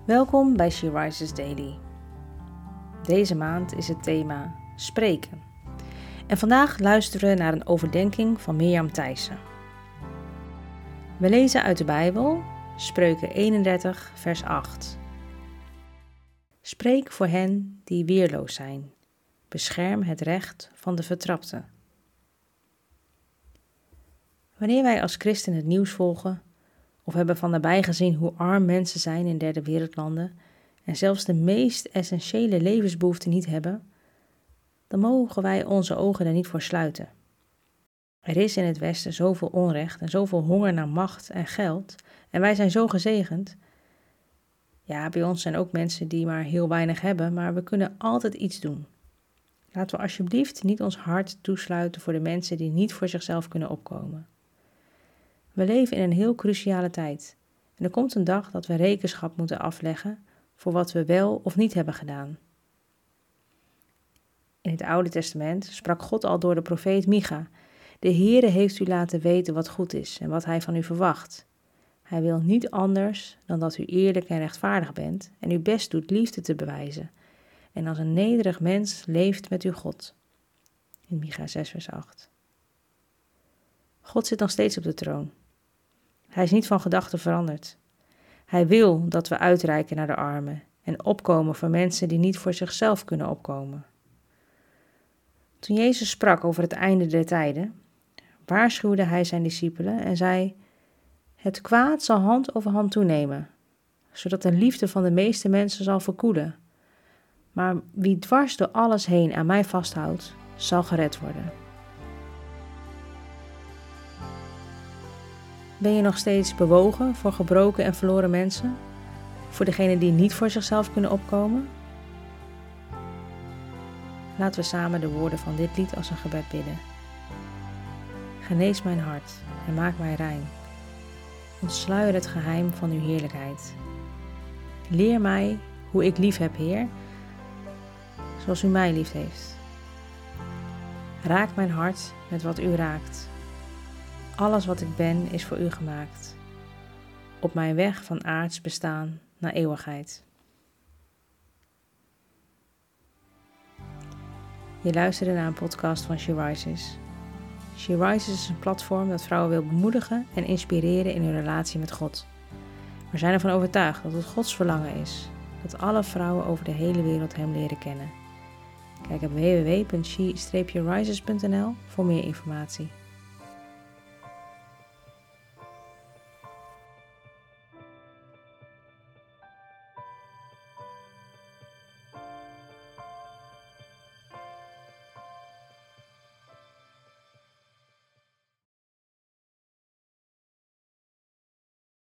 Welkom bij She Rises Daily. Deze maand is het thema spreken. En vandaag luisteren we naar een overdenking van Mirjam Thijssen. We lezen uit de Bijbel, Spreuken 31, vers 8. Spreek voor hen die weerloos zijn. Bescherm het recht van de vertrapte. Wanneer wij als christen het nieuws volgen, of hebben van nabij gezien hoe arm mensen zijn in derde wereldlanden en zelfs de meest essentiële levensbehoeften niet hebben, dan mogen wij onze ogen daar niet voor sluiten. Er is in het Westen zoveel onrecht en zoveel honger naar macht en geld en wij zijn zo gezegend. Ja, bij ons zijn ook mensen die maar heel weinig hebben, maar we kunnen altijd iets doen. Laten we alsjeblieft niet ons hart toesluiten voor de mensen die niet voor zichzelf kunnen opkomen. We leven in een heel cruciale tijd en er komt een dag dat we rekenschap moeten afleggen voor wat we wel of niet hebben gedaan. In het Oude Testament sprak God al door de profeet Micha: De Heere heeft u laten weten wat goed is en wat hij van u verwacht. Hij wil niet anders dan dat u eerlijk en rechtvaardig bent en uw best doet liefde te bewijzen en als een nederig mens leeft met uw God. In Micha 6 vers 8. God zit nog steeds op de troon. Hij is niet van gedachten veranderd. Hij wil dat we uitreiken naar de armen en opkomen voor mensen die niet voor zichzelf kunnen opkomen. Toen Jezus sprak over het einde der tijden, waarschuwde hij zijn discipelen en zei: Het kwaad zal hand over hand toenemen, zodat de liefde van de meeste mensen zal verkoelen. Maar wie dwars door alles heen aan mij vasthoudt, zal gered worden. Ben je nog steeds bewogen voor gebroken en verloren mensen? Voor degenen die niet voor zichzelf kunnen opkomen? Laten we samen de woorden van dit lied als een gebed bidden. Genees mijn hart en maak mij rein. Ontsluier het geheim van uw heerlijkheid. Leer mij hoe ik lief heb, Heer, zoals u mij lief heeft. Raak mijn hart met wat u raakt. Alles wat ik ben is voor u gemaakt. Op mijn weg van aards bestaan naar eeuwigheid. Je luisterde naar een podcast van She Rises. She Rises is een platform dat vrouwen wil bemoedigen en inspireren in hun relatie met God. We zijn ervan overtuigd dat het Gods verlangen is dat alle vrouwen over de hele wereld hem leren kennen. Kijk op www.she-rises.nl voor meer informatie.